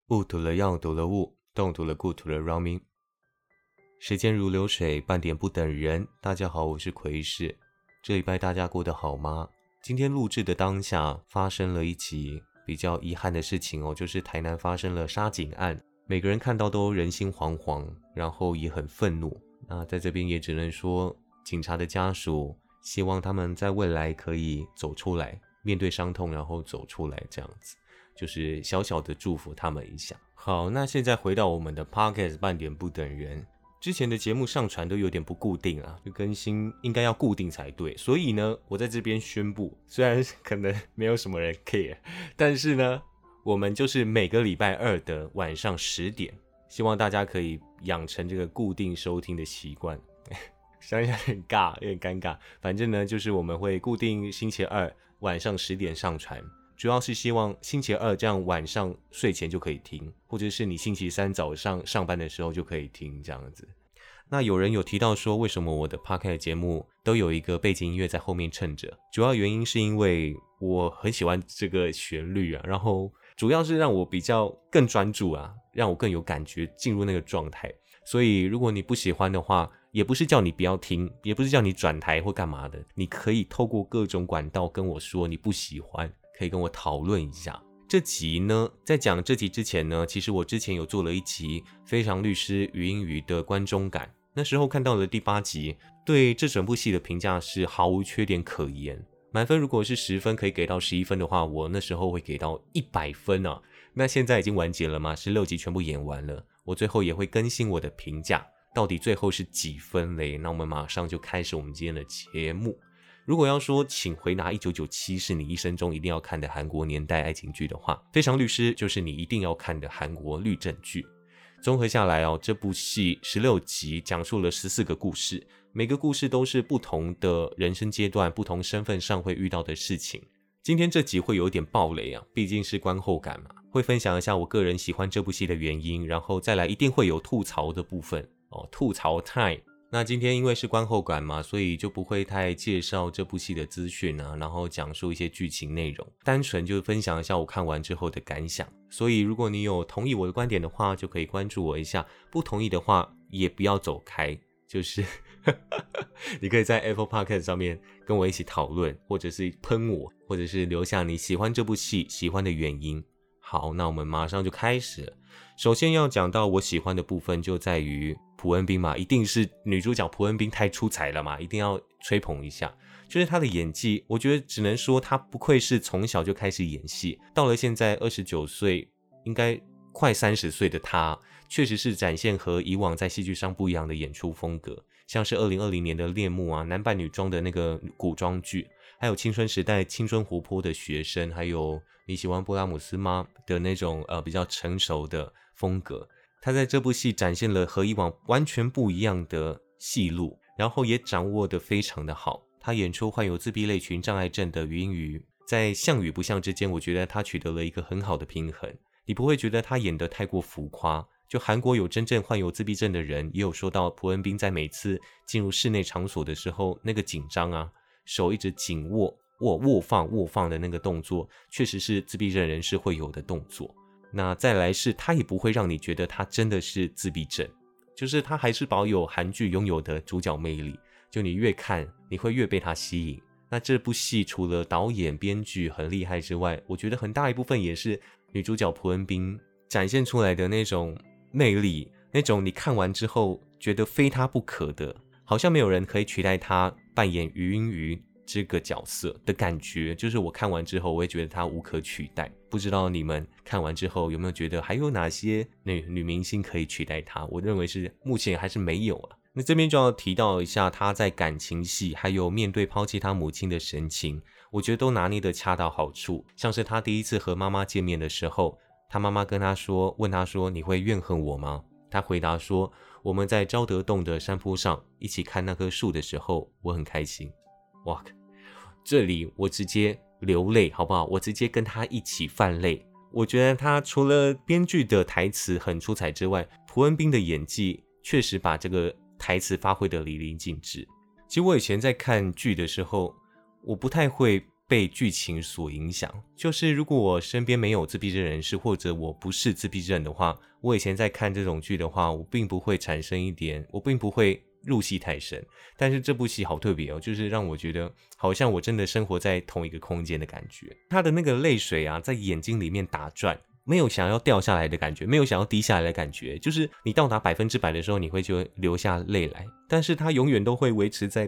雾吐了药吐了雾，动吐了故吐了饶命。时间如流水，半点不等人。大家好，我是奎士。这礼拜大家过得好吗？今天录制的当下发生了一起比较遗憾的事情哦，就是台南发生了杀警案，每个人看到都人心惶惶，然后也很愤怒。那在这边也只能说，警察的家属希望他们在未来可以走出来，面对伤痛，然后走出来，这样子就是小小的祝福他们一下。好，那现在回到我们的 Podcast 半点不等人。之前的节目上传都有点不固定啊，就更新应该要固定才对，所以呢，我在这边宣布，虽然可能没有什么人 care， 但是呢，我们就是每个礼拜二的晚上10点，希望大家可以养成这个固定收听的习惯。想一想有点尬，有点尴尬。反正呢，就是我们会固定星期二晚上10点上传，主要是希望星期二这样晚上睡前就可以听，或者是你星期三早上上班的时候就可以听这样子。那有人有提到说，为什么我的 Podcast 节目都有一个背景音乐在后面衬着？主要原因是因为我很喜欢这个旋律啊，然后主要是让我比较更专注啊，让我更有感觉进入那个状态。所以如果你不喜欢的话，也不是叫你不要听，也不是叫你转台或干嘛的，你可以透过各种管道跟我说你不喜欢，可以跟我讨论一下。这集呢，在讲这集之前呢，其实我之前有做了一集非常律师禹英禑的观众感，那时候看到了第8集，对这整部戏的评价是毫无缺点可言。满分如果是10分可以给到11分的话，我那时候会给到100分啊。那现在已经完结了嘛，16集全部演完了，我最后也会更新我的评价，到底最后是几分嘞？那我们马上就开始我们今天的节目。如果要说请回答1997是你一生中一定要看的韩国年代爱情剧的话，非常律师就是你一定要看的韩国律政剧。综合下来这部戏16集讲述了14个故事，每个故事都是不同的人生阶段、不同身份上会遇到的事情。今天这集会有点爆雷啊，毕竟是观后感嘛，会分享一下我个人喜欢这部戏的原因，然后再来一定会有吐槽的部分吐槽 time。那今天因为是观后感嘛，所以就不会太介绍这部戏的资讯啊，然后讲述一些剧情内容，单纯就分享一下我看完之后的感想。所以如果你有同意我的观点的话，就可以关注我一下，不同意的话也不要走开，就是你可以在 Apple Podcast 上面跟我一起讨论，或者是喷我，或者是留下你喜欢这部戏喜欢的原因。好，那我们马上就开始了。首先要讲到我喜欢的部分就在于朴恩斌嘛，一定是女主角朴恩斌太出彩了嘛，一定要吹捧一下。就是她的演技，我觉得只能说她不愧是从小就开始演戏，到了现在29岁，应该快30岁的她，确实是展现和以往在戏剧上不一样的演出风格，像是2020年的恋慕啊，男扮女装的那个古装剧，还有青春时代青春活泼的学生，还有你喜欢布拉姆斯吗的那种比较成熟的风格。他在这部戏展现了和以往完全不一样的戏路，然后也掌握得非常的好。他演出患有自闭类群障碍症的禹英禑，在像与不像之间，我觉得他取得了一个很好的平衡。你不会觉得他演得太过浮夸，就韩国有真正患有自闭症的人也有说到朴恩斌在每次进入室内场所的时候那个紧张啊，手一直紧握放的那个动作，确实是自闭症人士会有的动作。那再来是他也不会让你觉得他真的是自闭症，就是他还是保有韩剧拥有的主角魅力，就你越看你会越被他吸引。那这部戏除了导演编剧很厉害之外，我觉得很大一部分也是女主角朴恩斌展现出来的那种魅力，那种你看完之后觉得非他不可的，好像没有人可以取代他扮演禹英禑这个角色的感觉，就是我看完之后我会觉得他无可取代。不知道你们看完之后有没有觉得还有哪些女明星可以取代他？我认为是目前还是没有啊。那这边就要提到一下他在感情戏还有面对抛弃他母亲的神情，我觉得都拿捏得恰到好处。像是他第一次和妈妈见面的时候，他妈妈跟他说，问他说你会怨恨我吗？他回答说，我们在昭德洞的山坡上一起看那棵树的时候我很开心。哇，这里我直接流泪好不好？我直接跟他一起泛泪。我觉得他除了编剧的台词很出彩之外，朴恩斌的演技确实把这个台词发挥得淋漓尽致。其实我以前在看剧的时候，我不太会被剧情所影响，就是如果我身边没有自闭症人士，或者我不是自闭症的话，我以前在看这种剧的话，我并不会入戏太深。但是这部戏好特别哦，就是让我觉得好像我真的生活在同一个空间的感觉。他的那个泪水啊，在眼睛里面打转，没有想要掉下来的感觉，没有想要滴下来的感觉，就是你到达100%的时候，你就会流下泪来，但是它永远都会维持在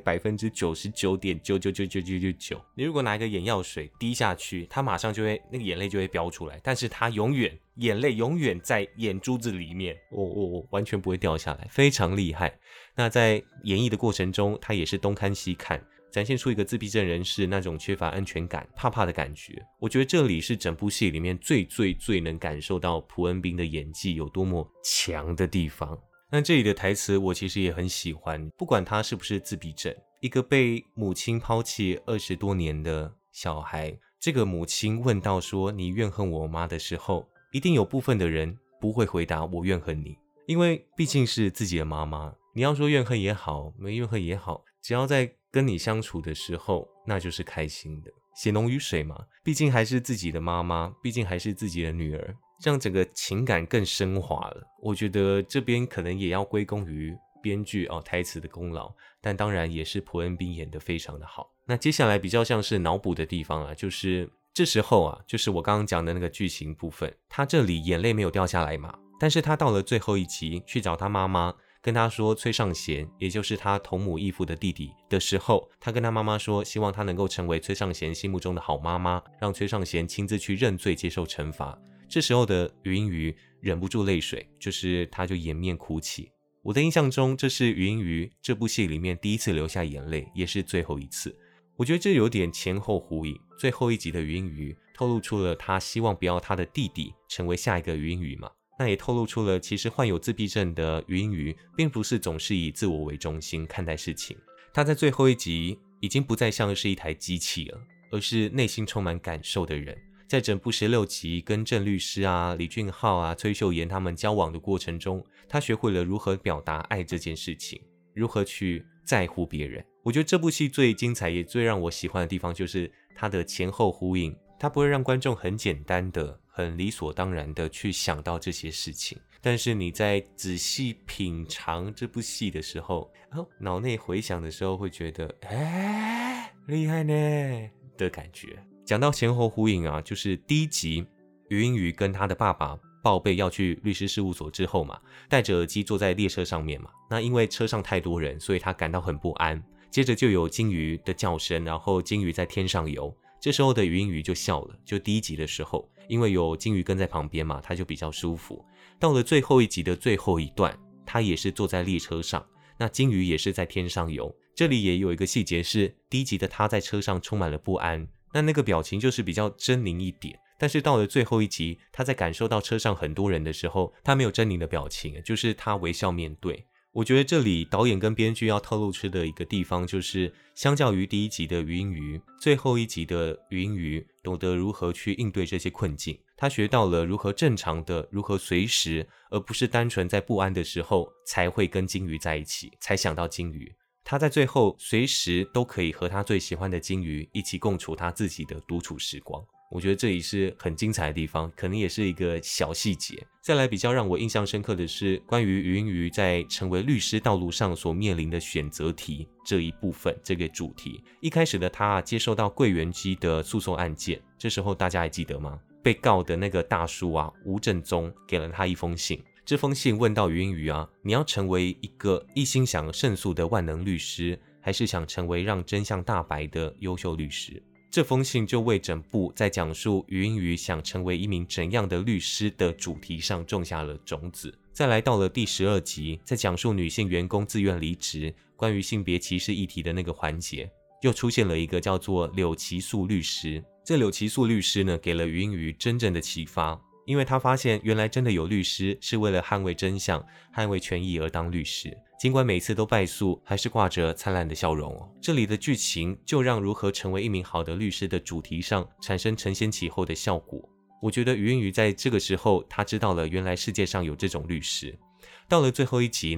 99.9999999%。你如果拿一个眼药水滴下去，它马上就会那个眼泪就会飙出来，但是它眼泪永远在眼珠子里面，完全不会掉下来，非常厉害。那在演绎的过程中，他也是东看西看，展现出一个自闭症人士那种缺乏安全感、怕怕的感觉。我觉得这里是整部戏里面最能感受到朴恩斌的演技有多么强的地方。那这里的台词我其实也很喜欢，不管他是不是自闭症，一个被母亲抛弃20多年的小孩，这个母亲问到说你怨恨我吗的时候，一定有部分的人不会回答我怨恨你，因为毕竟是自己的妈妈，你要说怨恨也好，没怨恨也好，只要在跟你相处的时候，那就是开心的。血浓于水嘛，毕竟还是自己的妈妈，毕竟还是自己的女儿，这样整个情感更升华了。我觉得这边可能也要归功于编剧台词的功劳，但当然也是朴恩斌演得非常的好。那接下来比较像是脑补的地方啊，就是这时候啊，就是我刚刚讲的那个剧情部分，他这里眼泪没有掉下来嘛，但是他到了最后一集去找他妈妈，跟他说崔尚贤，也就是他同母异父的弟弟的时候，他跟他妈妈说，希望他能够成为崔尚贤心目中的好妈妈，让崔尚贤亲自去认罪接受惩罚。这时候的于英瑜忍不住泪水，就是他就掩面哭泣。我的印象中，这是于英瑜这部戏里面第一次流下眼泪，也是最后一次。我觉得这有点前后呼应，最后一集的于英瑜透露出了他希望不要他的弟弟成为下一个于英瑜嘛，那也透露出了其实患有自闭症的于英瑜并不是总是以自我为中心看待事情，他在最后一集已经不再像是一台机器了，而是内心充满感受的人。在整部16集跟郑律师啊、李俊浩啊、崔秀妍他们交往的过程中，他学会了如何表达爱这件事情，如何去在乎别人。我觉得这部戏最精彩也最让我喜欢的地方就是它的前后呼应，它不会让观众很简单的、很理所当然的去想到这些事情，但是你在仔细品尝这部戏的时候，脑内回想的时候会觉得厉害呢的感觉。讲到前后呼应啊，就是第一集于英瑜跟他的爸爸报备要去律师事务所之后嘛，戴着耳机坐在列车上面嘛，那因为车上太多人，所以他感到很不安，接着就有鲸鱼的叫声，然后鲸鱼在天上游，这时候的于英瑜就笑了，就第一集的时候，因为有鲸鱼跟在旁边嘛，他就比较舒服。到了最后一集的最后一段，他也是坐在列车上，那鲸鱼也是在天上游，这里也有一个细节是第一集的他在车上充满了不安，那个表情就是比较狰狞一点，但是到了最后一集，他在感受到车上很多人的时候，他没有狰狞的表情，就是他微笑面对。我觉得这里导演跟编剧要透露出的一个地方，就是相较于第一集的于英瑜，最后一集的于英瑜懂得如何去应对这些困境，他学到了如何正常的，如何随时，而不是单纯在不安的时候才会跟鲸鱼在一起，才想到鲸鱼。他在最后随时都可以和他最喜欢的鲸鱼一起共处他自己的独处时光，我觉得这里是很精彩的地方，可能也是一个小细节。再来比较让我印象深刻的是关于于英瑜在成为律师道路上所面临的选择题这一部分，这个主题。一开始的他接受到柜员机的诉讼案件，这时候大家还记得吗？被告的那个大叔啊，吴正宗给了他一封信，这封信问到于英瑜啊，你要成为一个一心想胜诉的万能律师，还是想成为让真相大白的优秀律师？这封信就为整部在讲述于英瑜想成为一名怎样的律师的主题上种下了种子。再来到了第12集，在讲述女性员工自愿离职，关于性别歧视议题的那个环节，又出现了一个叫做柳奇素律师。这柳奇素律师呢，给了于英瑜真正的启发，因为他发现原来真的有律师是为了捍卫真相、捍卫权益而当律师，尽管每次都败诉，还是挂着灿烂的笑容哦。这里的剧情就让如何成为一名好的律师的主题上产生承先启后的效果。我觉得于英瑜在这个时候，他知道了原来世界上有这种律师。到了最后一集呢，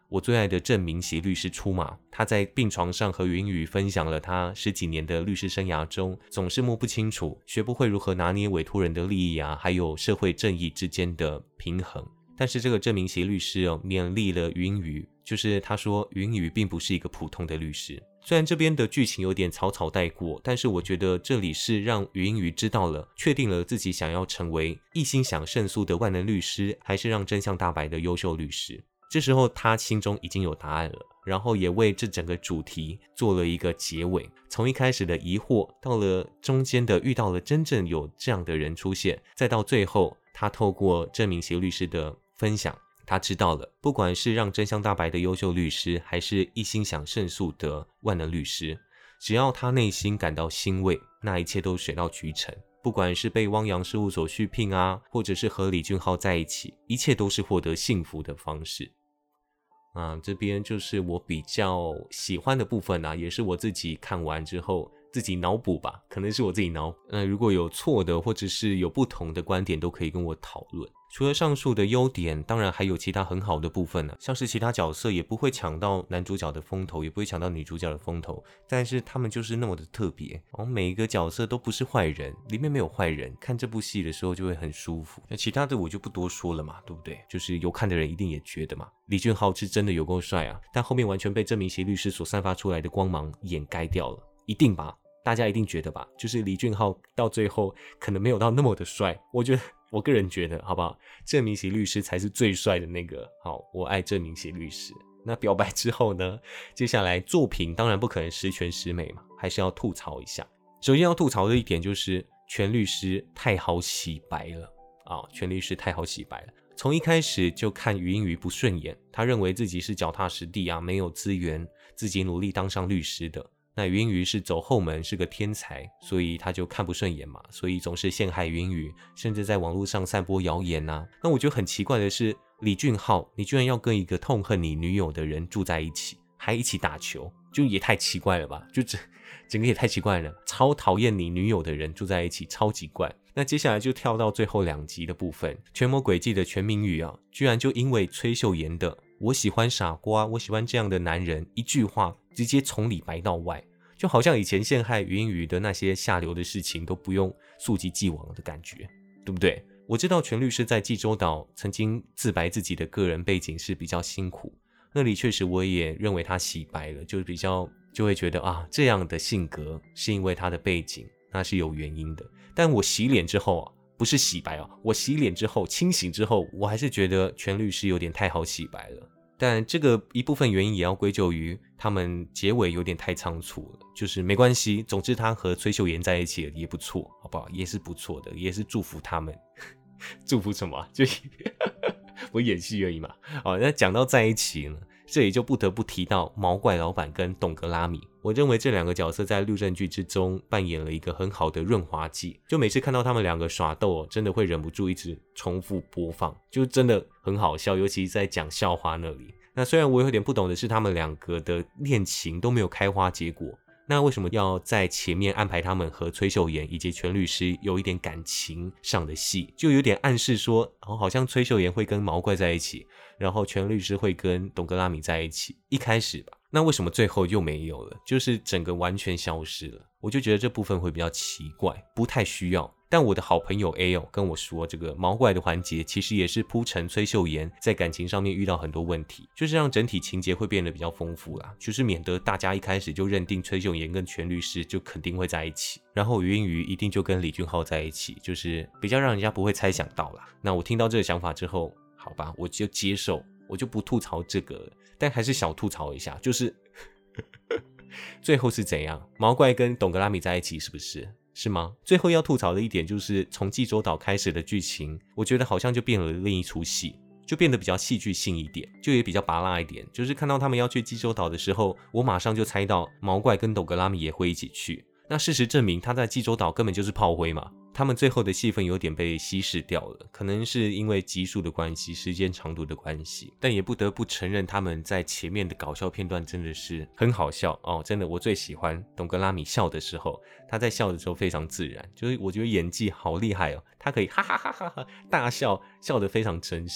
我最爱的郑明熙律师出马，他在病床上和云雨分享了他10几年的律师生涯中，总是摸不清楚，学不会如何拿捏委托人的利益啊，还有社会正义之间的平衡。但是这个郑明熙律师勉励了云雨，就是他说云雨并不是一个普通的律师。虽然这边的剧情有点草草带过，但是我觉得这里是让云雨知道了，确定了自己想要成为一心想胜诉的万能律师，还是让真相大白的优秀律师。这时候他心中已经有答案了，然后也为这整个主题做了一个结尾，从一开始的疑惑，到了中间的遇到了真正有这样的人出现，再到最后他透过郑明熙律师的分享，他知道了，不管是让真相大白的优秀律师，还是一心想胜诉的万能律师，只要他内心感到欣慰，那一切都水到渠成。不管是被汪洋事务所续聘啊，或者是和李俊浩在一起，一切都是获得幸福的方式。这边就是我比较喜欢的部分啊，也是我自己看完之后自己脑补吧，可能是我自己脑补。如果有错的或者是有不同的观点，都可以跟我讨论。除了上述的优点，当然还有其他很好的部分呢，像是其他角色也不会抢到男主角的风头，也不会抢到女主角的风头，但是他们就是那么的特别，每一个角色都不是坏人，里面没有坏人，看这部戏的时候就会很舒服。那其他的我就不多说了嘛，对不对？就是有看的人一定也觉得嘛，李俊浩是真的有够帅啊，但后面完全被郑明熙律师所散发出来的光芒掩盖掉了，一定吧？大家一定觉得吧，就是李俊浩到最后可能没有到那么的帅，我个人觉得好不好，郑明熙律师才是最帅的那个。好，我爱郑明熙律师。那表白之后呢，接下来作品当然不可能十全十美嘛，还是要吐槽一下。首先要吐槽的一点就是全律师太好洗白了全律师太好洗白了。从一开始就看云雨不顺眼，他认为自己是脚踏实地啊，没有资源，自己努力当上律师的。那云雨是走后门，是个天才，所以他就看不顺眼嘛，所以总是陷害云雨，甚至在网络上散播谣言啊。那我觉得很奇怪的是，李俊浩，你居然要跟一个痛恨你女友的人住在一起，还一起打球，就也太奇怪了吧？就整个也太奇怪了，超讨厌你女友的人住在一起，超级怪。那接下来就跳到最后2集的部分，权谋诡计的全民宇居然就因为崔秀妍的我喜欢傻瓜，我喜欢这样的男人，一句话直接从里白到外，就好像以前陷害云雨的那些下流的事情都不用溯及既往的感觉，对不对？我知道全律师在济州岛曾经自白自己的个人背景是比较辛苦，那里确实我也认为他洗白了，就会觉得这样的性格是因为他的背景，那是有原因的。但我洗脸之后不是洗白我洗脸之后清醒之后，我还是觉得全律师有点太好洗白了。但这个一部分原因也要归咎于他们结尾有点太仓促了，就是没关系，总之他和崔秀妍在一起了也不错，好不好？也是不错的，也是祝福他们。祝福什么？就我演戏而已嘛。那讲到在一起呢，这里就不得不提到毛怪老板跟董格拉米。我认为这2个角色在律政剧之中扮演了一个很好的润滑剂，就每次看到他们2个耍斗真的会忍不住一直重复播放，就真的很好笑，尤其在讲笑话那里。那虽然我有点不懂的是他们2个的恋情都没有开花结果，那为什么要在前面安排他们和崔秀妍以及全律师有一点感情上的戏，就有点暗示说好像崔秀妍会跟毛怪在一起，然后全律师会跟董格拉米在一起，一开始吧。那为什么最后又没有了，就是整个完全消失了，我就觉得这部分会比较奇怪，不太需要。但我的好朋友 A 跟我说，这个毛怪的环节其实也是铺陈崔秀妍在感情上面遇到很多问题，就是让整体情节会变得比较丰富啦，就是免得大家一开始就认定崔秀妍跟全律师就肯定会在一起，然后云雨一定就跟李俊浩在一起，就是比较让人家不会猜想到啦。那我听到这个想法之后，好吧，我就接受，我就不吐槽这个了，但还是小吐槽一下，就是最后是怎样？毛怪跟董格拉米在一起是吗？最后要吐槽的一点就是从济州岛开始的剧情，我觉得好像就变了另一出戏，就变得比较戏剧性一点，就也比较拔辣一点。就是看到他们要去济州岛的时候，我马上就猜到毛怪跟董格拉米也会一起去。那事实证明他在济州岛根本就是炮灰嘛，他们最后的戏份有点被稀释掉了，可能是因为集数的关系，时间长度的关系，但也不得不承认他们在前面的搞笑片段真的是很好笑真的我最喜欢董格拉米笑的时候，他在笑的时候非常自然，就是我觉得演技好厉害他可以哈哈哈哈哈大笑，笑得非常真实。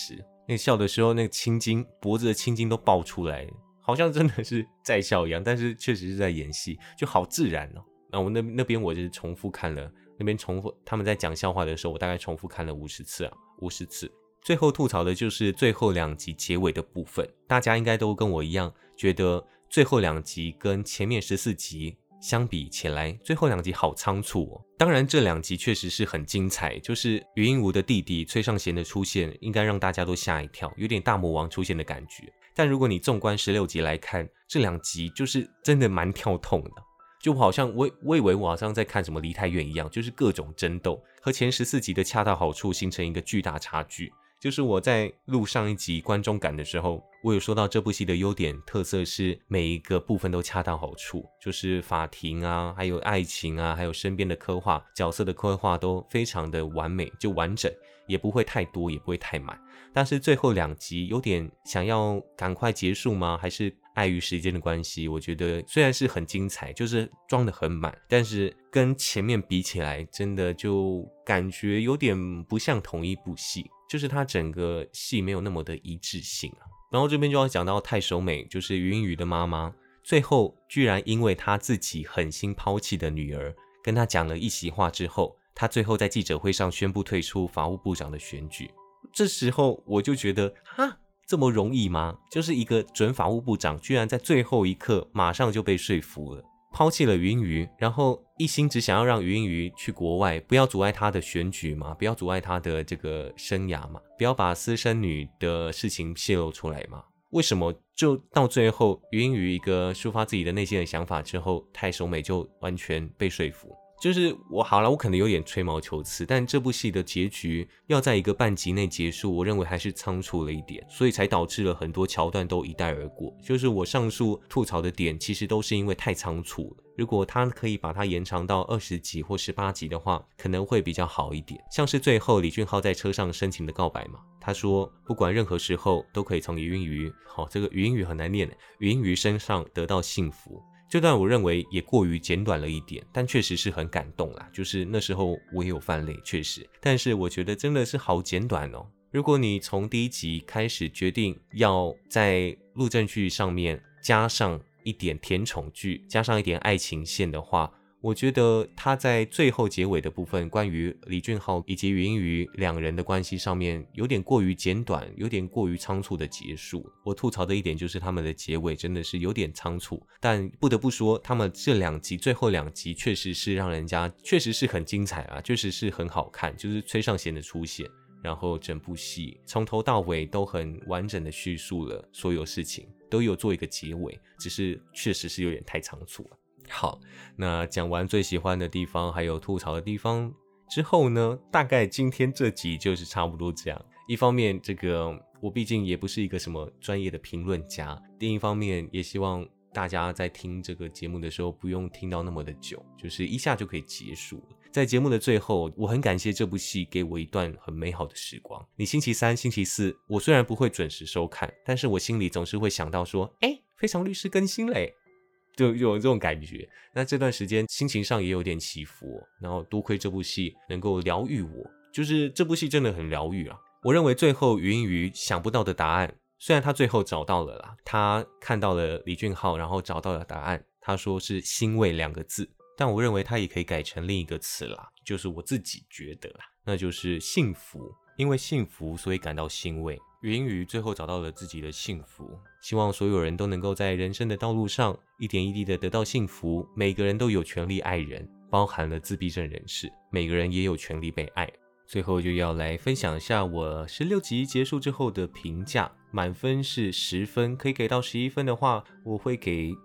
那个笑的时候，那个青筋脖子的青筋都爆出来，好像真的是在笑一样，但是确实是在演戏，就好自然哦。那我那边我就是重复看了，那边重复他们在讲笑话的时候，我大概重复看了50次啊，50次。最后吐槽的就是最后2集结尾的部分，大家应该都跟我一样，觉得最后2集跟前面14集相比起来，最后2集好仓促哦。当然这2集确实是很精彩，就是于英吾的弟弟崔尚贤的出现，应该让大家都吓一跳，有点大魔王出现的感觉。但如果你纵观16集来看，这2集就是真的蛮跳痛的，就好像我以为我好像在看什么梨泰院一样，就是各种争斗，和前14集的恰到好处形成一个巨大差距。就是我在录上一集观众感的时候，我有说到这部戏的优点特色是每一个部分都恰到好处，就是法庭啊，还有爱情啊，还有身边的刻画，角色的刻画都非常的完美，就完整，也不会太多，也不会太满。但是最后2集有点想要赶快结束吗？还是碍于时间的关系，我觉得虽然是很精彩，就是装得很满，但是跟前面比起来，真的就感觉有点不像同一部戏，就是它整个戏没有那么的一致性啊。然后这边就要讲到太守美，就是于英语的妈妈，最后居然因为她自己狠心抛弃的女儿，跟她讲了一席话之后，她最后在记者会上宣布退出法务部长的选举。这时候我就觉得这么容易吗？就是一个准法务部长居然在最后一刻马上就被说服了，抛弃了云瑜，然后一心只想要让云瑜去国外，不要阻碍他的选举嘛，不要阻碍他的这个生涯嘛，不要把私生女的事情泄露出来嘛。为什么就到最后云瑜一个抒发自己的内心的想法之后，太守美就完全被说服？就是好了，我可能有点吹毛求疵，但这部戏的结局要在一个半集内结束，我认为还是仓促了一点，所以才导致了很多桥段都一带而过。就是我上述吐槽的点，其实都是因为太仓促了。如果他可以把它延长到20集或18集的话，可能会比较好一点。像是最后李俊浩在车上深情的告白嘛，他说不管任何时候都可以从云瑜，这个云瑜很难念，云瑜身上得到幸福。这段我认为也过于简短了一点，但确实是很感动啦。就是那时候我也有泛泪，确实，但是我觉得真的是好简短哦。如果你从第1集开始决定要在路政剧上面加上一点甜宠剧，加上一点爱情线的话，我觉得他在最后结尾的部分，关于李俊浩以及云瑜两人的关系上面，有点过于简短，有点过于仓促的结束。我吐槽的一点就是他们的结尾真的是有点仓促，但不得不说，他们这2集最后2集确实是让人家确实是很精彩啊，确实是很好看，就是崔尚贤的出现，然后整部戏从头到尾都很完整的叙述了所有事情，都有做一个结尾，只是确实是有点太仓促了。好，那讲完最喜欢的地方还有吐槽的地方之后呢，大概今天这集就是差不多这样。一方面这个我毕竟也不是一个什么专业的评论家，另一方面也希望大家在听这个节目的时候不用听到那么的久，就是一下就可以结束了。在节目的最后，我很感谢这部戏给我一段很美好的时光。你星期三、星期四，我虽然不会准时收看，但是我心里总是会想到说，非常律师更新嘞，就有这种感觉。那这段时间心情上也有点起伏，然后多亏这部戏能够疗愈我，就是这部戏真的很疗愈啊。我认为最后于英瑜想不到的答案，虽然他最后找到了啦，他看到了李俊浩，然后找到了答案，他说是欣慰2个字，但我认为他也可以改成另一个词啦，就是我自己觉得啦，那就是幸福。因为幸福所以感到欣慰，云瑜最后找到了自己的幸福。希望所有人都能够在人生的道路上一点一滴的得到幸福。每个人都有权利爱人，包含了自闭症人士，每个人也有权利被爱。最后就要来分享一下我16集结束之后的评价，满分是10分，可以给到11分的话，我会给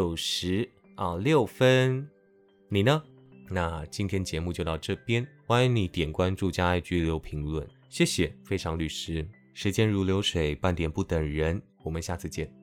96分。你呢？那今天节目就到这边，欢迎你点关注加 IG 留评论，谢谢，非常律师。时间如流水，半点不等人，我们下次见。